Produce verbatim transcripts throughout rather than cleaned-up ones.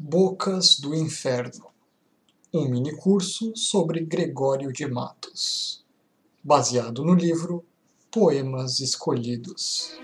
Bocas do Inferno, um minicurso sobre Gregório de Matos, baseado no livro Poemas Escolhidos.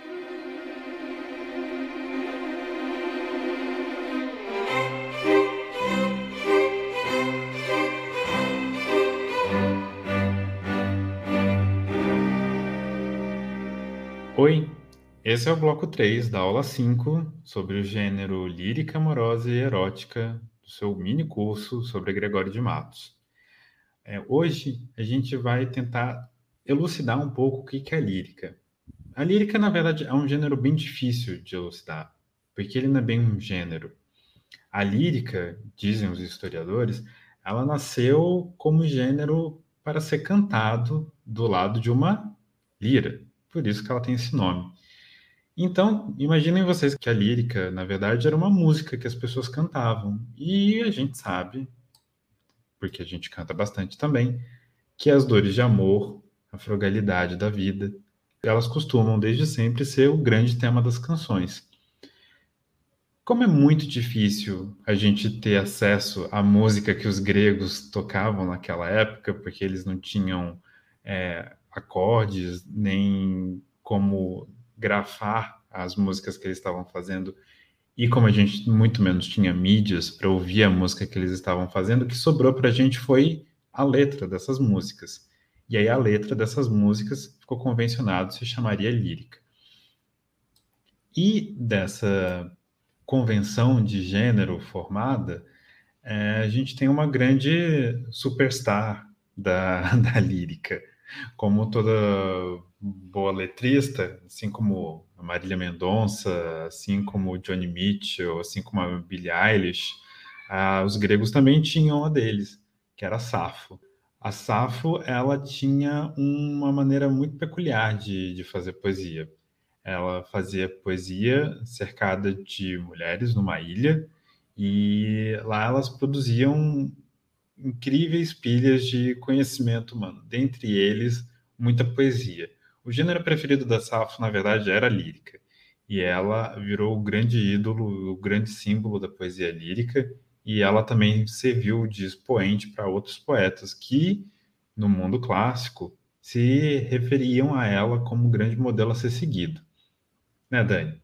Oi, esse é o bloco três da aula cinco sobre o gênero lírica amorosa e erótica do seu mini curso sobre Gregório de Matos. É, hoje a gente vai tentar elucidar um pouco o que que é a lírica. A lírica, na verdade, é um gênero bem difícil de elucidar, porque ele não é bem um gênero. A lírica, dizem os historiadores, ela nasceu como gênero para ser cantado do lado de uma lira, por isso que ela tem esse nome. Então, imaginem vocês que a lírica, na verdade, era uma música que as pessoas cantavam. E a gente sabe, porque a gente canta bastante também, que as dores de amor, a frugalidade da vida, elas costumam desde sempre ser o grande tema das canções. Como é muito difícil a gente ter acesso à música que os gregos tocavam naquela época, porque eles não tinham é, acordes, nem como grafar as músicas que eles estavam fazendo, e como a gente muito menos tinha mídias para ouvir a música que eles estavam fazendo, o que sobrou para a gente foi a letra dessas músicas. E aí a letra dessas músicas ficou convencionado, se chamaria lírica. E dessa convenção de gênero formada, é, a gente tem uma grande superstar da, da lírica. Como toda boa letrista, assim como a Marília Mendonça, assim como o Johnny Mitchell, assim como a Billie Eilish, ah, os gregos também tinham a deles, que era a Safo. A Safo, ela tinha uma maneira muito peculiar de, de fazer poesia. Ela fazia poesia cercada de mulheres numa ilha, e lá elas produziam incríveis pilhas de conhecimento humano, dentre eles muita poesia. O gênero preferido da Safo, na verdade, era a lírica, e ela virou o grande ídolo, o grande símbolo da poesia lírica, e ela também serviu de expoente para outros poetas que, no mundo clássico, se referiam a ela como um grande modelo a ser seguido. Né, Dani?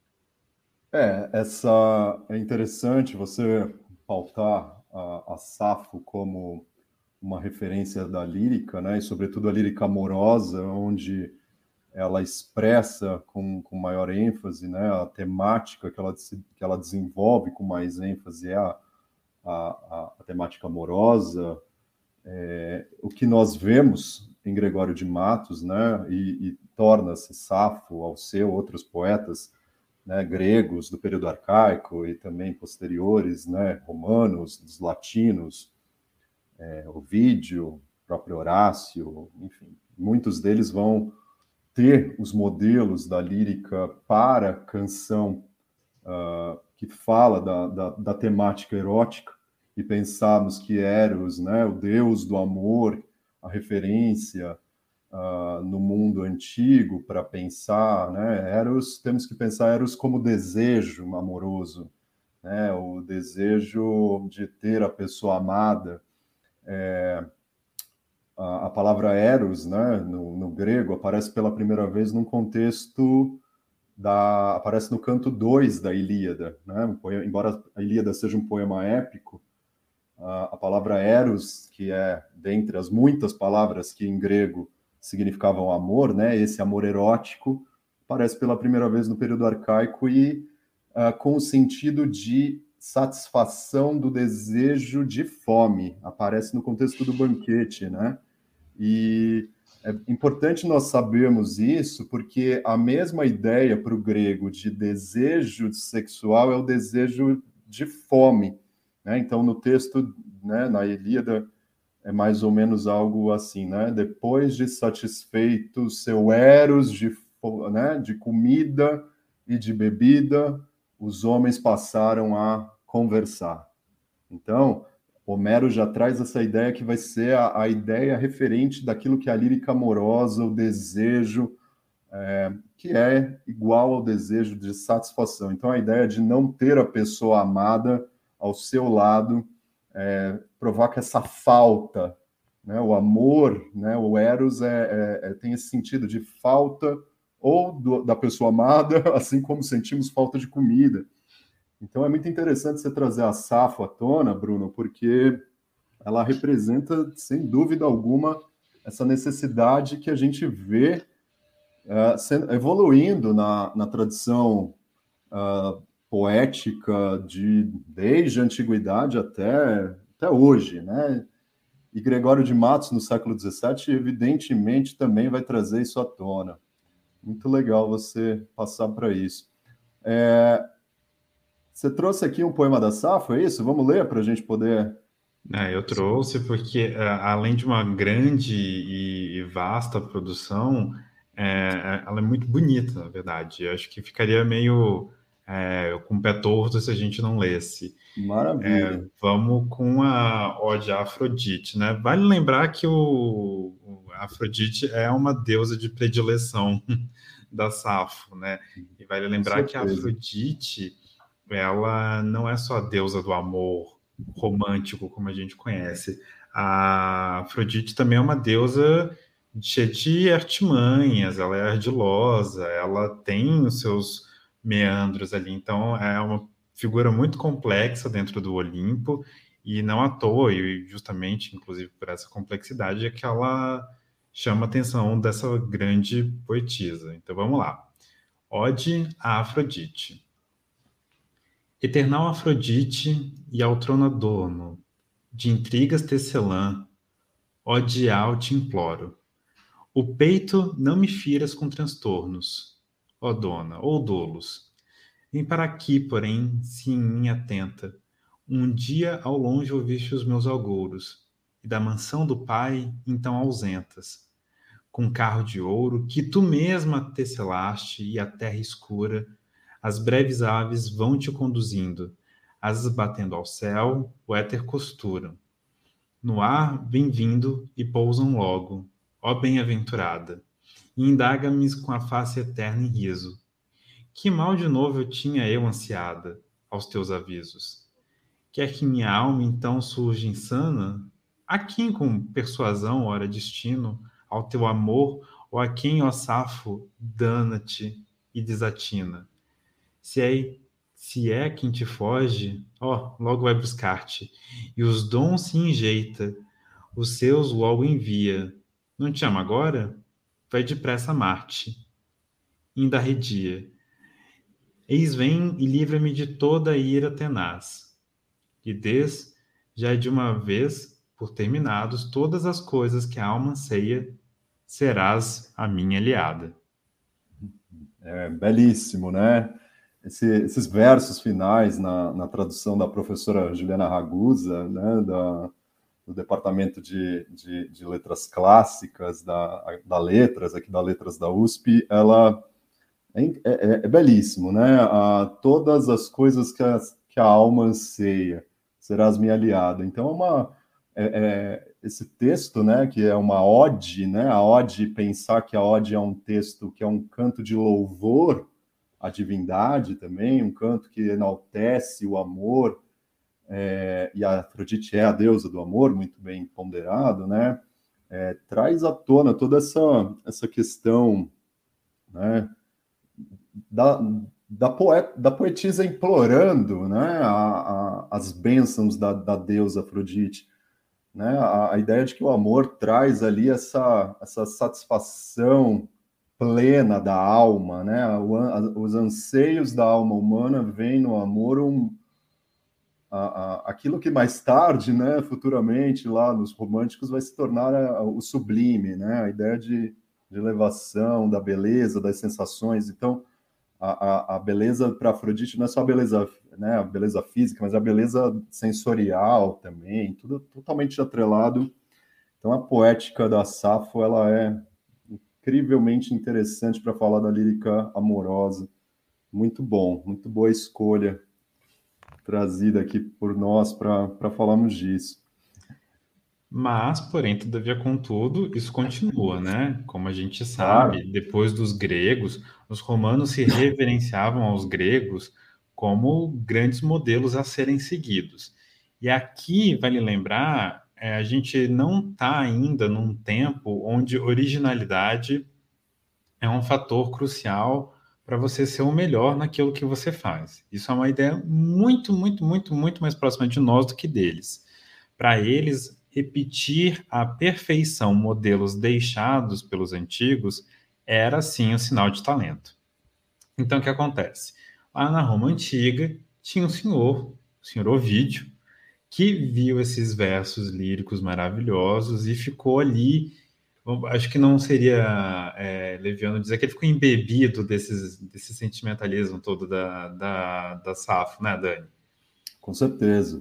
É, essa é interessante você pautar a, a Safo como uma referência da lírica, né? E sobretudo a lírica amorosa, onde ela expressa com, com maior ênfase, né? A temática que ela, que ela desenvolve com mais ênfase é a, a, a temática amorosa. É, o que nós vemos em Gregório de Matos, né? E, e torna-se Safo ao ser outros poetas, né, gregos do período arcaico e também posteriores, né, romanos, dos latinos, é, Ovídio, próprio Horácio, enfim, muitos deles vão ter os modelos da lírica para canção uh, que fala da, da, da temática erótica e pensarmos que Eros, né, o deus do amor, a referência uh, no mundo antigo para pensar, né? Eros, temos que pensar Eros como desejo amoroso, né? O desejo de ter a pessoa amada. É, a, a, palavra Eros, né, no, no grego, aparece pela primeira vez num contexto da, aparece no canto dois da Ilíada, né? Um poema, embora a Ilíada seja um poema épico, a, a palavra Eros, que é dentre as muitas palavras que em grego significavam amor, né? Esse amor erótico aparece pela primeira vez no período arcaico e uh, com o sentido de satisfação do desejo de fome. Aparece no contexto do banquete, né? E é importante nós sabermos isso, porque a mesma ideia para o grego de desejo sexual é o desejo de fome, né? Então, no texto, né, na Ilíada, é mais ou menos algo assim, né? Depois de satisfeito seu eros de, né, de comida e de bebida, os homens passaram a conversar. Então, Homero já traz essa ideia que vai ser a, a ideia referente daquilo que é a lírica amorosa, o desejo, é, que é igual ao desejo de satisfação. Então, a ideia de não ter a pessoa amada ao seu lado, é, provoca essa falta, né? O amor, né? O eros é, é, é, tem esse sentido de falta ou do, da pessoa amada, assim como sentimos falta de comida. Então é muito interessante você trazer a Safo à tona, Bruno, porque ela representa, sem dúvida alguma, essa necessidade que a gente vê uh, sendo, evoluindo na, na tradição uh, poética de, desde a antiguidade até, até hoje, né? E Gregório de Matos, no século dezessete, evidentemente também vai trazer isso à tona. Muito legal você passar para isso. É, você trouxe aqui um poema da Safo, é isso? Vamos ler para a gente poder... É, eu trouxe porque, é, além de uma grande e, e vasta produção, é, ela é muito bonita, na verdade. Eu acho que ficaria meio é, com o pé torto se a gente não lesse. Maravilha. É, vamos com a Ode a Afrodite, né? Vale lembrar que o, o Afrodite é uma deusa de predileção da Safo, né? E vale lembrar que a Afrodite, ela não é só a deusa do amor romântico, como a gente conhece. A Afrodite também é uma deusa cheia de artimanhas, ela é ardilosa, ela tem os seus meandros ali, então é uma figura muito complexa dentro do Olimpo, e não à toa, e justamente, inclusive por essa complexidade, é que ela chama a atenção dessa grande poetisa. Então vamos lá. Ode a Afrodite. Eternal Afrodite e ao trono adorno, de intrigas tecelã, odial te imploro. O peito não me firas com transtornos, ó dona, ou dolos. Vem para aqui, porém, se em mim atenta. Um dia ao longe ouviste os meus algouros, e da mansão do pai então ausentas. Com carro de ouro que tu mesma tecelaste e a terra escura, as breves aves vão te conduzindo, asas batendo ao céu, o éter costuram. No ar vem vindo e pousam logo, ó bem-aventurada, e indaga-me com a face eterna em riso. Que mal de novo eu tinha eu ansiada aos teus avisos? Quer que minha alma então surja insana? A quem com persuasão, ora destino, ao teu amor, ou a quem, ó Safo, dana-te e desatina? Se é, se é quem te foge, ó, logo vai buscar-te, e os dons se enjeita, os seus logo envia. Não te ama agora? Vai depressa amar-te. Inda arredia. Eis vem e livra-me de toda a ira tenaz. E des, já de uma vez, por terminados todas as coisas que a alma anseia, serás a minha aliada. É belíssimo, né? Esse, esses versos finais na, na tradução da professora Juliana Ragusa, né, da, do Departamento de, de, de Letras Clássicas, da, da Letras, aqui da Letras da U S P, ela é, é, é belíssimo, né? A, todas as coisas que a, que a alma anseia, serás minha aliada. Então, é uma, é, é, esse texto, né, que é uma ode, né? A ode, pensar que a ode é um texto que é um canto de louvor à divindade também, um canto que enaltece o amor, é, e a Afrodite é a deusa do amor, muito bem ponderado, né? É, traz à tona toda essa, essa questão, né, da, da, poeta, da poetisa implorando, né, a, a, as bênçãos da, da deusa Afrodite, né, a, a ideia de que o amor traz ali essa, essa satisfação plena da alma, né, o, a, os anseios da alma humana veem no amor um, a, a, aquilo que mais tarde, né, futuramente, lá nos românticos, vai se tornar a, o sublime, né, a ideia de, de elevação, da beleza, das sensações. Então, a, a, a beleza para Afrodite não é só a beleza, né, a beleza física, mas a beleza sensorial também, tudo totalmente atrelado. Então, a poética da Safo, ela é incrivelmente interessante para falar da lírica amorosa. Muito bom, muito boa escolha trazida aqui por nós para falarmos disso. Mas, porém, todavia, contudo, isso continua, né? Como a gente sabe, claro, depois dos gregos, os romanos se reverenciavam aos gregos como grandes modelos a serem seguidos. E aqui, vale lembrar, é, a gente não está ainda num tempo onde originalidade é um fator crucial para você ser o melhor naquilo que você faz. Isso é uma ideia muito, muito, muito, muito mais próxima de nós do que deles. Para eles, repetir à perfeição modelos deixados pelos antigos era, sim, um sinal de talento. Então, o que acontece? Lá na Roma Antiga, tinha um senhor, o senhor Ovídio, que viu esses versos líricos maravilhosos e ficou ali. Acho que não seria é, leviano dizer que ele ficou embebido desses, desse sentimentalismo todo da, da, da Safo, né, Dani? Com certeza.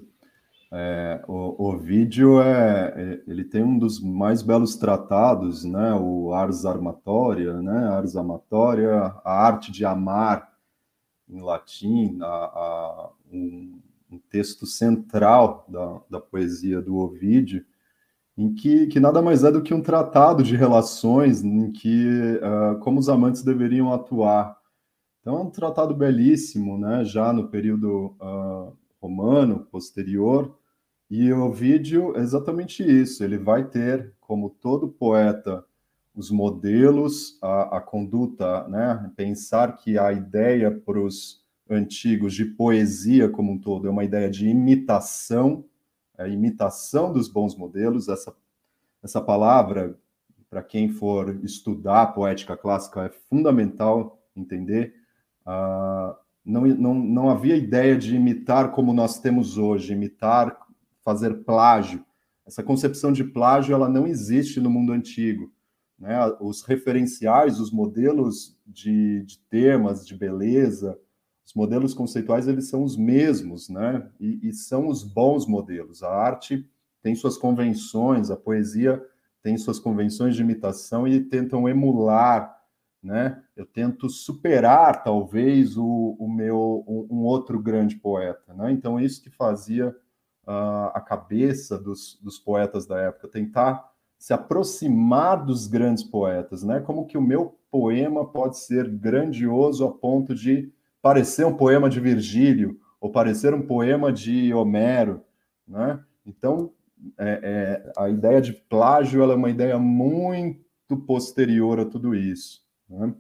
É, o, o vídeo é, ele tem um dos mais belos tratados, né? O Ars Amatoria, né? Ars Amatoria, a arte de amar em latim, a, a, um, um texto central da, da poesia do Ovídio, em que, que nada mais é do que um tratado de relações em que uh, como os amantes deveriam atuar. Então é um tratado belíssimo, né? Já no período uh, romano posterior. E o vídeo é exatamente isso. Ele vai ter, como todo poeta, os modelos, a, a conduta, né? Pensar que a ideia para os antigos de poesia como um todo é uma ideia de imitação, a imitação dos bons modelos. Essa, essa palavra, para quem for estudar poética clássica, é fundamental entender. Uh, não, não, não havia ideia de imitar como nós temos hoje, imitar, fazer plágio. Essa concepção de plágio ela não existe no mundo antigo, né? Os referenciais, os modelos de, de temas, de beleza, os modelos conceituais, eles são os mesmos, né? E, e são os bons modelos. A arte tem suas convenções, a poesia tem suas convenções de imitação e tentam emular, né? Eu tento superar, talvez, o, o meu um, um outro grande poeta, né? Então, isso que fazia uh, a cabeça dos, dos poetas da época, tentar se aproximar dos grandes poetas, né? Como que o meu poema pode ser grandioso a ponto de parecer um poema de Virgílio ou parecer um poema de Homero, né? Então, é, é, a ideia de plágio ela é uma ideia muito posterior a tudo isso, né?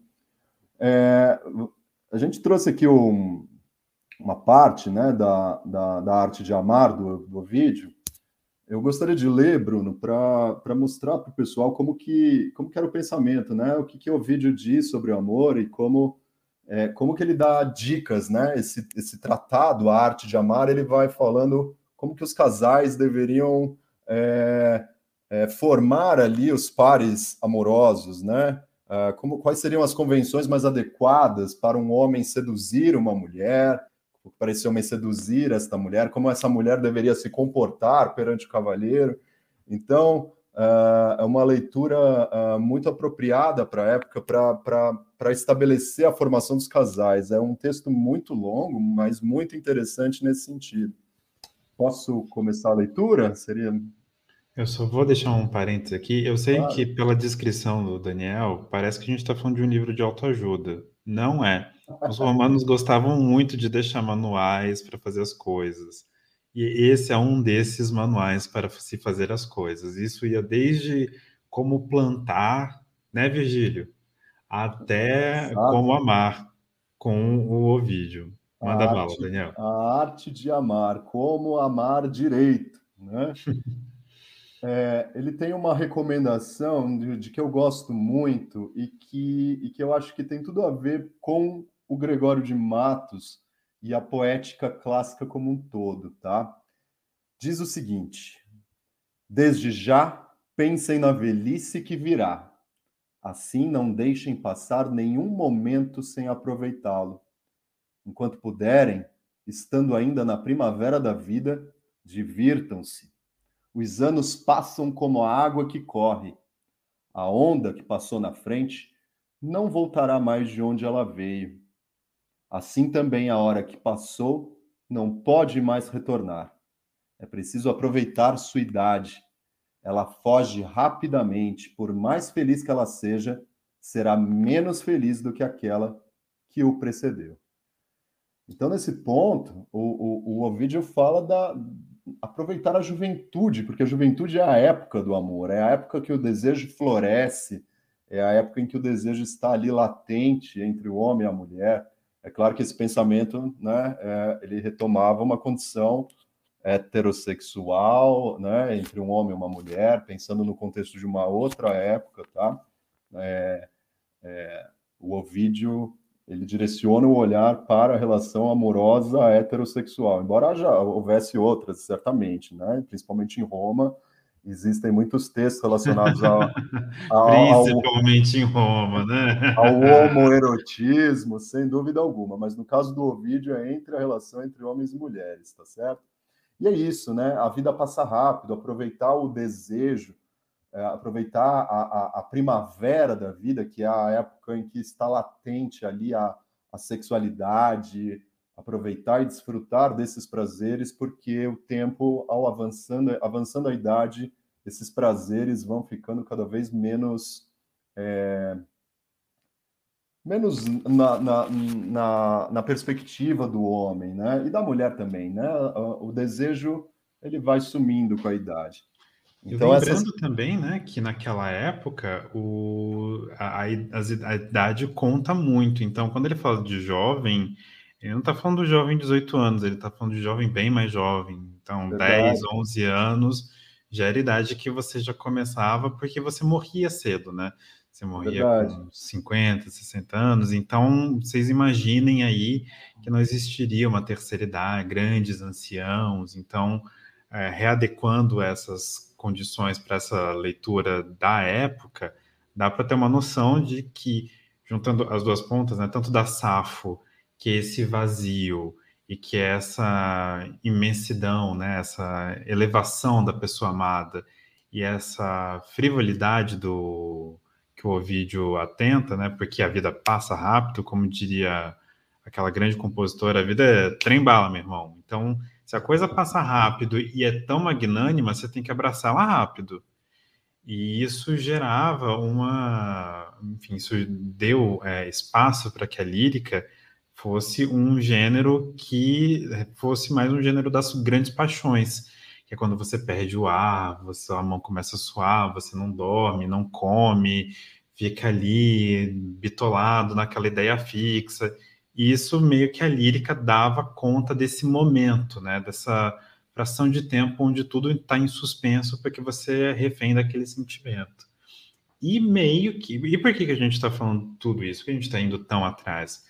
É, a gente trouxe aqui um, uma parte, né, da, da, da arte de amar do, do vídeo. Eu gostaria de ler, Bruno, para mostrar para o pessoal como que, como que era o pensamento, né? O que, que o vídeo diz sobre o amor e como, é, como que ele dá dicas, né? Esse, esse tratado, a arte de amar, ele vai falando como que os casais deveriam é, é, formar ali os pares amorosos, né? Uh, como, quais seriam as convenções mais adequadas para um homem seduzir uma mulher, para esse homem seduzir esta mulher, como essa mulher deveria se comportar perante o cavalheiro. Então, uh, é uma leitura uh, muito apropriada para a época, para estabelecer a formação dos casais. É um texto muito longo, mas muito interessante nesse sentido. Posso começar a leitura? Seria... Eu só vou deixar um parênteses aqui. Eu sei Claro. que, pela descrição do Daniel, parece que a gente está falando de um livro de autoajuda. Não é. Os romanos gostavam muito de deixar manuais para fazer as coisas. E esse é um desses manuais para se fazer as coisas. Isso ia desde como plantar, né, Virgílio? Até Exato. como amar, com o Ovídio. Manda A bala, arte, Daniel. a arte de amar, como amar direito, né? É, ele tem uma recomendação de, de que eu gosto muito e que, e que eu acho que tem tudo a ver com o Gregório de Matos e a poética clássica como um todo, tá? Diz o seguinte: desde já pensem na velhice que virá. Assim não deixem passar nenhum momento sem aproveitá-lo. Enquanto puderem, estando ainda na primavera da vida, divirtam-se. Os anos passam como a água que corre. A onda que passou na frente não voltará mais de onde ela veio. Assim também a hora que passou não pode mais retornar. É preciso aproveitar sua idade. Ela foge rapidamente, por mais feliz que ela seja, será menos feliz do que aquela que o precedeu. Então, nesse ponto, o, o, o Ovídio fala da aproveitar a juventude, porque a juventude é a época do amor, é a época que o desejo floresce, é a época em que o desejo está ali latente entre o homem e a mulher. É claro que esse pensamento, né, é, ele retomava uma condição heterossexual, né, entre um homem e uma mulher, pensando no contexto de uma outra época, tá? É, é, o Ovídio ele direciona o olhar para a relação amorosa heterossexual, embora já houvesse outras, certamente, né? Principalmente em Roma, existem muitos textos relacionados ao, ao, Principalmente em Roma, né? ao homoerotismo, sem dúvida alguma, mas no caso do Ovídio é entre a relação entre homens e mulheres, tá certo? E é isso, né? A vida passa rápido, aproveitar o desejo, é, aproveitar a, a, a primavera da vida, que é a época em que está latente ali a, a sexualidade, aproveitar e desfrutar desses prazeres, porque o tempo, ao avançando, avançando a idade, esses prazeres vão ficando cada vez menos... É, menos na, na, na, na perspectiva do homem, né? E da mulher também, né? O desejo, ele vai sumindo com a idade. E Então, lembrando essas... também, né, que naquela época o, a, a, a idade conta muito. Então, quando ele fala de jovem, ele não está falando do jovem de dezoito anos, ele está falando de jovem bem mais jovem. Então, dez, Verdade. onze anos já era a idade que você já começava, porque você morria cedo, né? Você morria Verdade. com cinquenta, sessenta anos. Então, vocês imaginem aí que não existiria uma terceira idade, grandes anciãos. Então, é, readequando essas condições para essa leitura da época, dá para ter uma noção de que, juntando as duas pontas, né, tanto da Safo, que é esse vazio e que é essa imensidão, né, essa elevação da pessoa amada e essa frivolidade do que o Ovídio atenta, né, porque a vida passa rápido, como diria aquela grande compositora, a vida é trem-bala, meu irmão. Então, se a coisa passa rápido e é tão magnânima, você tem que abraçá-la rápido. E isso gerava uma... Enfim, isso deu é, espaço para que a lírica fosse um gênero que fosse mais um gênero das grandes paixões, que é quando você perde o ar, você, a mão começa a suar, você não dorme, não come, fica ali bitolado naquela ideia fixa. E isso meio que a lírica dava conta desse momento, né? Dessa fração de tempo onde tudo está em suspenso porque você é refém daquele sentimento. E meio que... E por que, que a gente está falando tudo isso? Por que a gente está indo tão atrás?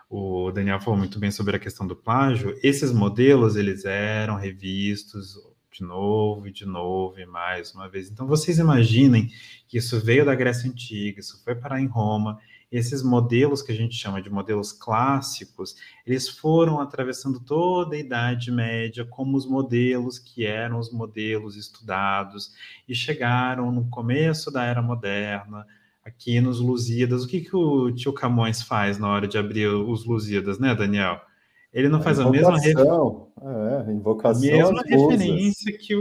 O Daniel falou muito bem sobre a questão do plágio. Esses modelos, eles eram revistos de novo e de novo e mais uma vez. Então, vocês imaginem que isso veio da Grécia Antiga, isso foi parar em Roma. Esses modelos que a gente chama de modelos clássicos, eles foram atravessando toda a Idade Média como os modelos que eram os modelos estudados e chegaram no começo da Era Moderna, aqui nos Lusíadas. O que, que o tio Camões faz na hora de abrir os Lusíadas, né, Daniel? Ele não A faz a mesma, ref... invocação, é, invocação mesma às musas. referência que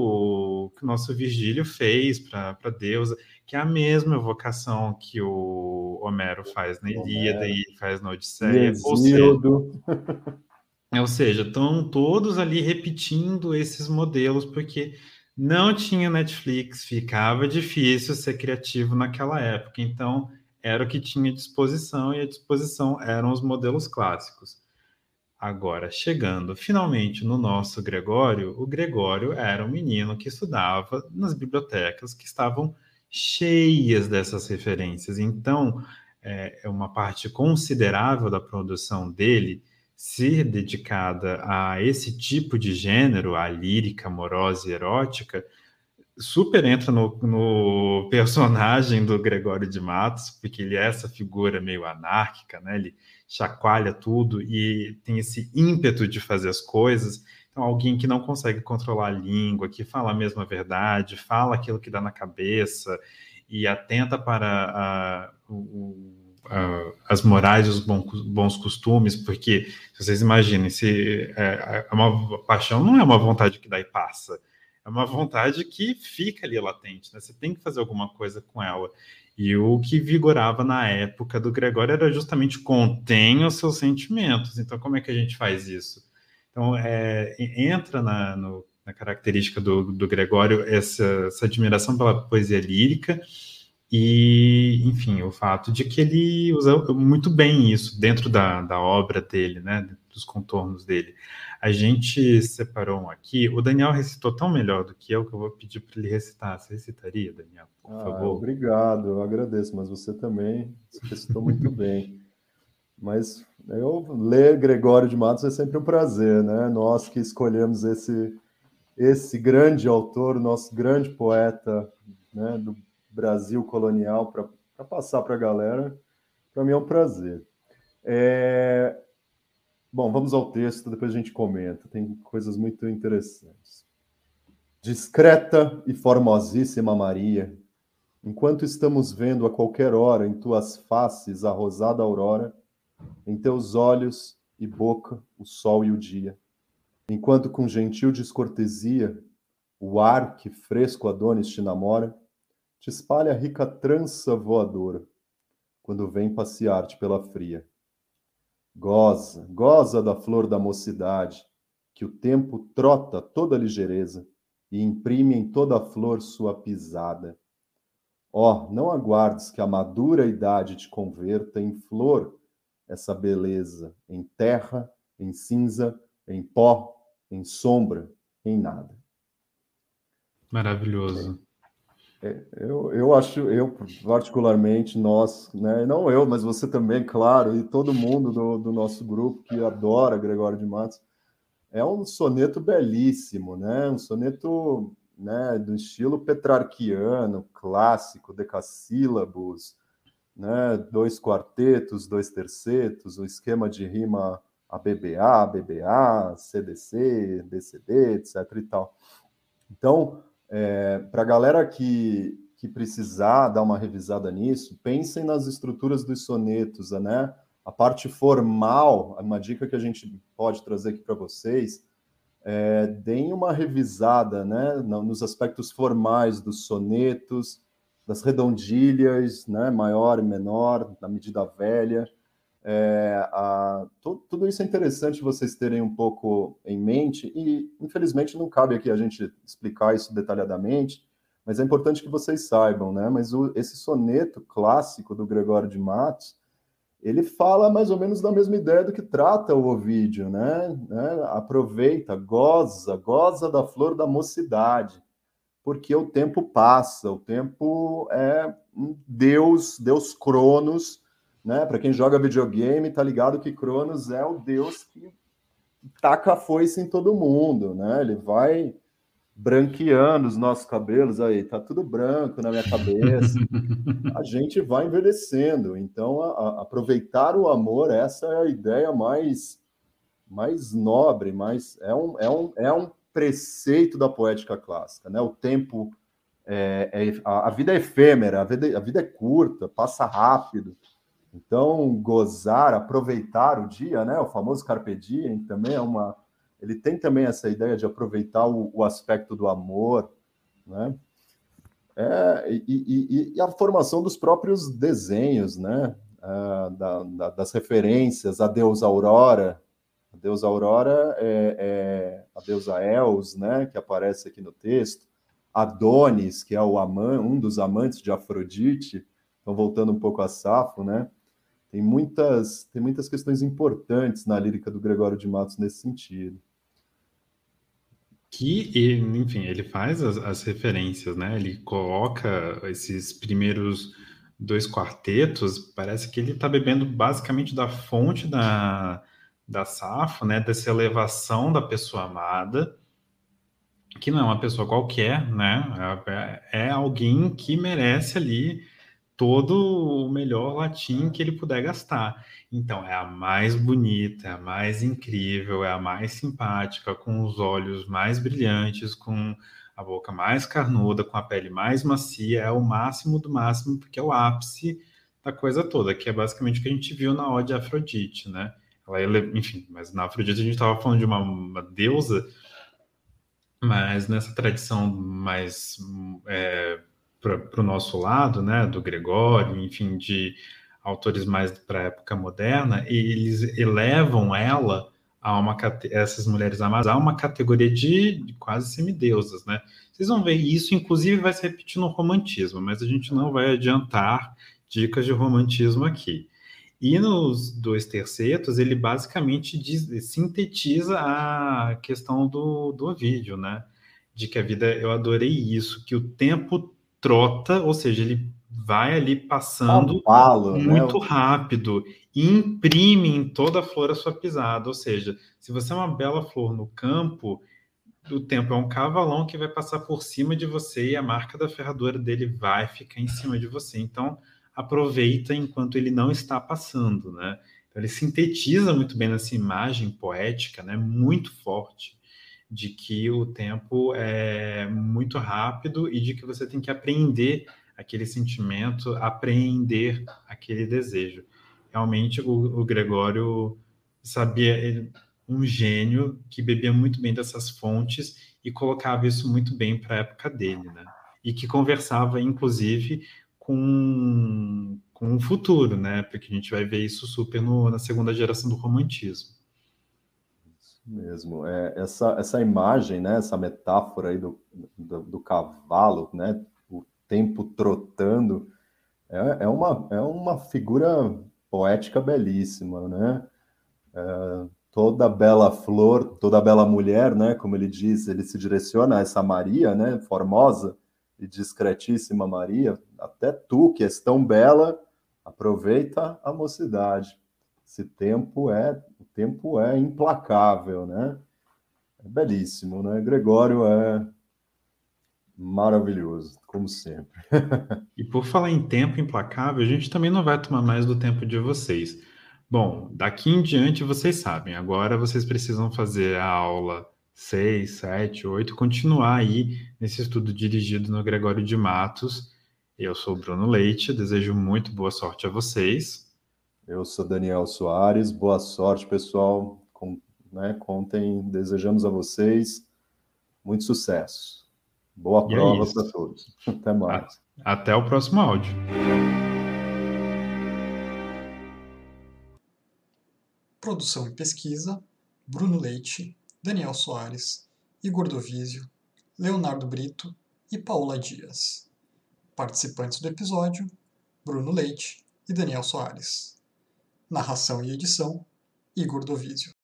o, que o nosso Virgílio fez para a deusa, que é a mesma evocação que o Homero faz na Ilíada e faz na E Odisseia. Ou seja, Hesíodo. é, ou seja, estão todos ali repetindo esses modelos, porque não tinha Netflix, ficava difícil ser criativo naquela época. Então, era o que tinha à disposição, e à disposição eram os modelos clássicos. Agora, chegando finalmente no nosso Gregório, o Gregório era um menino que estudava nas bibliotecas que estavam cheias dessas referências. Então, é uma parte considerável da produção dele ser dedicada a esse tipo de gênero, a lírica amorosa e erótica, super entra no, no personagem do Gregório de Matos, porque ele é essa figura meio anárquica, né? Ele chacoalha tudo e tem esse ímpeto de fazer as coisas. Então, alguém que não consegue controlar a língua, que fala a mesma verdade, fala aquilo que dá na cabeça e atenta para a, o, a, as morais e os bons, bons costumes, porque, se vocês imaginem, se é, uma paixão não é uma vontade que dá e passa, é uma vontade que fica ali latente, né? Você tem que fazer alguma coisa com ela. E o que vigorava na época do Gregório era justamente contenha os seus sentimentos. Então, como é que a gente faz isso? Então, é, entra na, no, na característica do, do Gregório essa, essa admiração pela poesia lírica e, enfim, o fato de que ele usa muito bem isso dentro da, da obra dele, né, dos contornos dele. A gente separou um aqui. O Daniel recitou tão melhor do que eu que eu vou pedir para ele recitar. Você recitaria, Daniel, por Ah, favor? obrigado, eu agradeço, mas você também recitou muito bem. Mas eu ler Gregório de Matos é sempre um prazer, né? Nós que escolhemos esse, esse grande autor, nosso grande poeta, né, do Brasil colonial, para passar para a galera, para mim é um prazer. É... Bom, vamos ao texto, depois a gente comenta, tem coisas muito interessantes. Discreta e formosíssima Maria, enquanto estamos vendo a qualquer hora em tuas faces a rosada aurora, em teus olhos e boca o sol e o dia, enquanto com gentil descortesia o ar que fresco Adonis te namora, te espalha a rica trança voadora, quando vem passear-te pela fria. Goza, goza da flor da mocidade, que o tempo trota toda ligeireza e imprime em toda a flor sua pisada. Ó, oh, não aguardes que a madura idade te converta em flor essa beleza, em terra, em cinza, em pó, em sombra, em nada. Maravilhoso. É, eu, eu acho, eu particularmente, nós, né, não eu, mas você também, claro, e todo mundo do, do nosso grupo que adora Gregório de Matos, é um soneto belíssimo, né? Um soneto, né, do estilo petrarquiano, clássico, decassílabos, né, dois quartetos, dois tercetos, o esquema de rima A B B A, B B A, C D C, D C D, etc e tal. Então, é, para a galera que, que precisar dar uma revisada nisso, pensem nas estruturas dos sonetos, né? A parte formal, uma dica que a gente pode trazer aqui para vocês, é, deem uma revisada, né, nos aspectos formais dos sonetos, das redondilhas, né, maior e menor, na medida velha. É, a, to, tudo isso é interessante vocês terem um pouco em mente, e infelizmente não cabe aqui a gente explicar isso detalhadamente, mas é importante que vocês saibam, né? Mas o, esse soneto clássico do Gregório de Matos, ele fala mais ou menos da mesma ideia do que trata o Ovídio, né? né? Aproveita, goza, goza da flor da mocidade, porque o tempo passa, o tempo é um Deus, Deus Cronos, né? Para quem joga videogame, tá ligado que Cronos é o Deus que taca a foice em todo mundo, né? Ele vai branqueando os nossos cabelos, aí tá tudo branco na minha cabeça. A gente vai envelhecendo, então a, a, aproveitar o amor, essa é a ideia mais, mais nobre, mais, é, um, é, um, é um preceito da poética clássica, né? O tempo, é, é, a, a vida é efêmera, a vida, a vida é curta, passa rápido, então gozar, aproveitar o dia, né? O famoso carpe diem, que também é uma, ele tem também essa ideia de aproveitar o, o aspecto do amor, né? É, e, e, e a formação dos próprios desenhos, né? Ah, da, da, das referências, a deusa Aurora. A deusa Aurora é, é a deusa Els, né? Que aparece aqui no texto. Adonis, que é o amant, um dos amantes de Afrodite. Então, voltando um pouco a Safo, né? Tem muitas, tem muitas questões importantes na lírica do Gregório de Matos nesse sentido. Que, enfim, ele faz as, as referências, né? Ele coloca esses primeiros dois quartetos, parece que ele está bebendo basicamente da fonte da, da Safo, né? Dessa elevação da pessoa amada, que não é uma pessoa qualquer, né? É, é alguém que merece ali todo o melhor latim que ele puder gastar. Então, é a mais bonita, é a mais incrível, é a mais simpática, com os olhos mais brilhantes, com a boca mais carnuda, com a pele mais macia, é o máximo do máximo, porque é o ápice da coisa toda, que é basicamente o que a gente viu na Ode a Afrodite, né? Ela, enfim, mas na Afrodite a gente estava falando de uma, uma deusa, mas nessa tradição mais... É, para o nosso lado, né, do Gregório, enfim, de autores mais para a época moderna, eles elevam ela a uma essas mulheres amadas a uma categoria de, de quase semideusas, né? Vocês vão ver isso, inclusive vai se repetir no romantismo, mas a gente não vai adiantar dicas de romantismo aqui. E nos dois tercetos, ele basicamente diz, sintetiza a questão do, do Ovídio, né? De que a vida, eu adorei isso, que o tempo trota, ou seja, ele vai ali passando Cavalo, né? muito rápido e imprime em toda a flor a sua pisada. Ou seja, se você é uma bela flor no campo, o tempo é um cavalão que vai passar por cima de você e a marca da ferradura dele vai ficar em cima de você. Então, aproveita enquanto ele não está passando, né? Então, ele sintetiza muito bem nessa imagem poética, né? Muito forte, de que o tempo é muito rápido e de que você tem que apreender aquele sentimento, apreender aquele desejo. Realmente, o, o Gregório sabia, ele, um gênio que bebia muito bem dessas fontes e colocava isso muito bem para a época dele, né? E que conversava, inclusive, com, com o futuro, né? Porque a gente vai ver isso super no, na segunda geração do romantismo. Mesmo. É, essa, essa imagem, né, essa metáfora aí do, do, do cavalo, né, o tempo trotando, é, é, uma, é uma figura poética belíssima, né? É, toda bela flor, toda bela mulher, né, como ele diz, ele se direciona a essa Maria, né, formosa e discretíssima Maria, até tu, que és tão bela, aproveita a mocidade. Esse tempo é, o tempo é implacável, né? É belíssimo, né? Gregório é maravilhoso, como sempre. E por falar em tempo implacável, a gente também não vai tomar mais do tempo de vocês. Bom, daqui em diante vocês sabem, agora vocês precisam fazer a aula seis, sete, oito, continuar aí nesse estudo dirigido no Gregório de Matos. Eu sou o Bruno Leite, desejo muito boa sorte a vocês. Eu sou Daniel Soares, boa sorte, pessoal. Com, né, contem, desejamos a vocês muito sucesso. Boa E é prova isso. para todos. Até mais. Até o próximo áudio. Produção e pesquisa: Bruno Leite, Daniel Soares, Igor Dovizio, Leonardo Brito e Paula Dias. Participantes do episódio: Bruno Leite e Daniel Soares. Narração e edição: Igor Dovizio.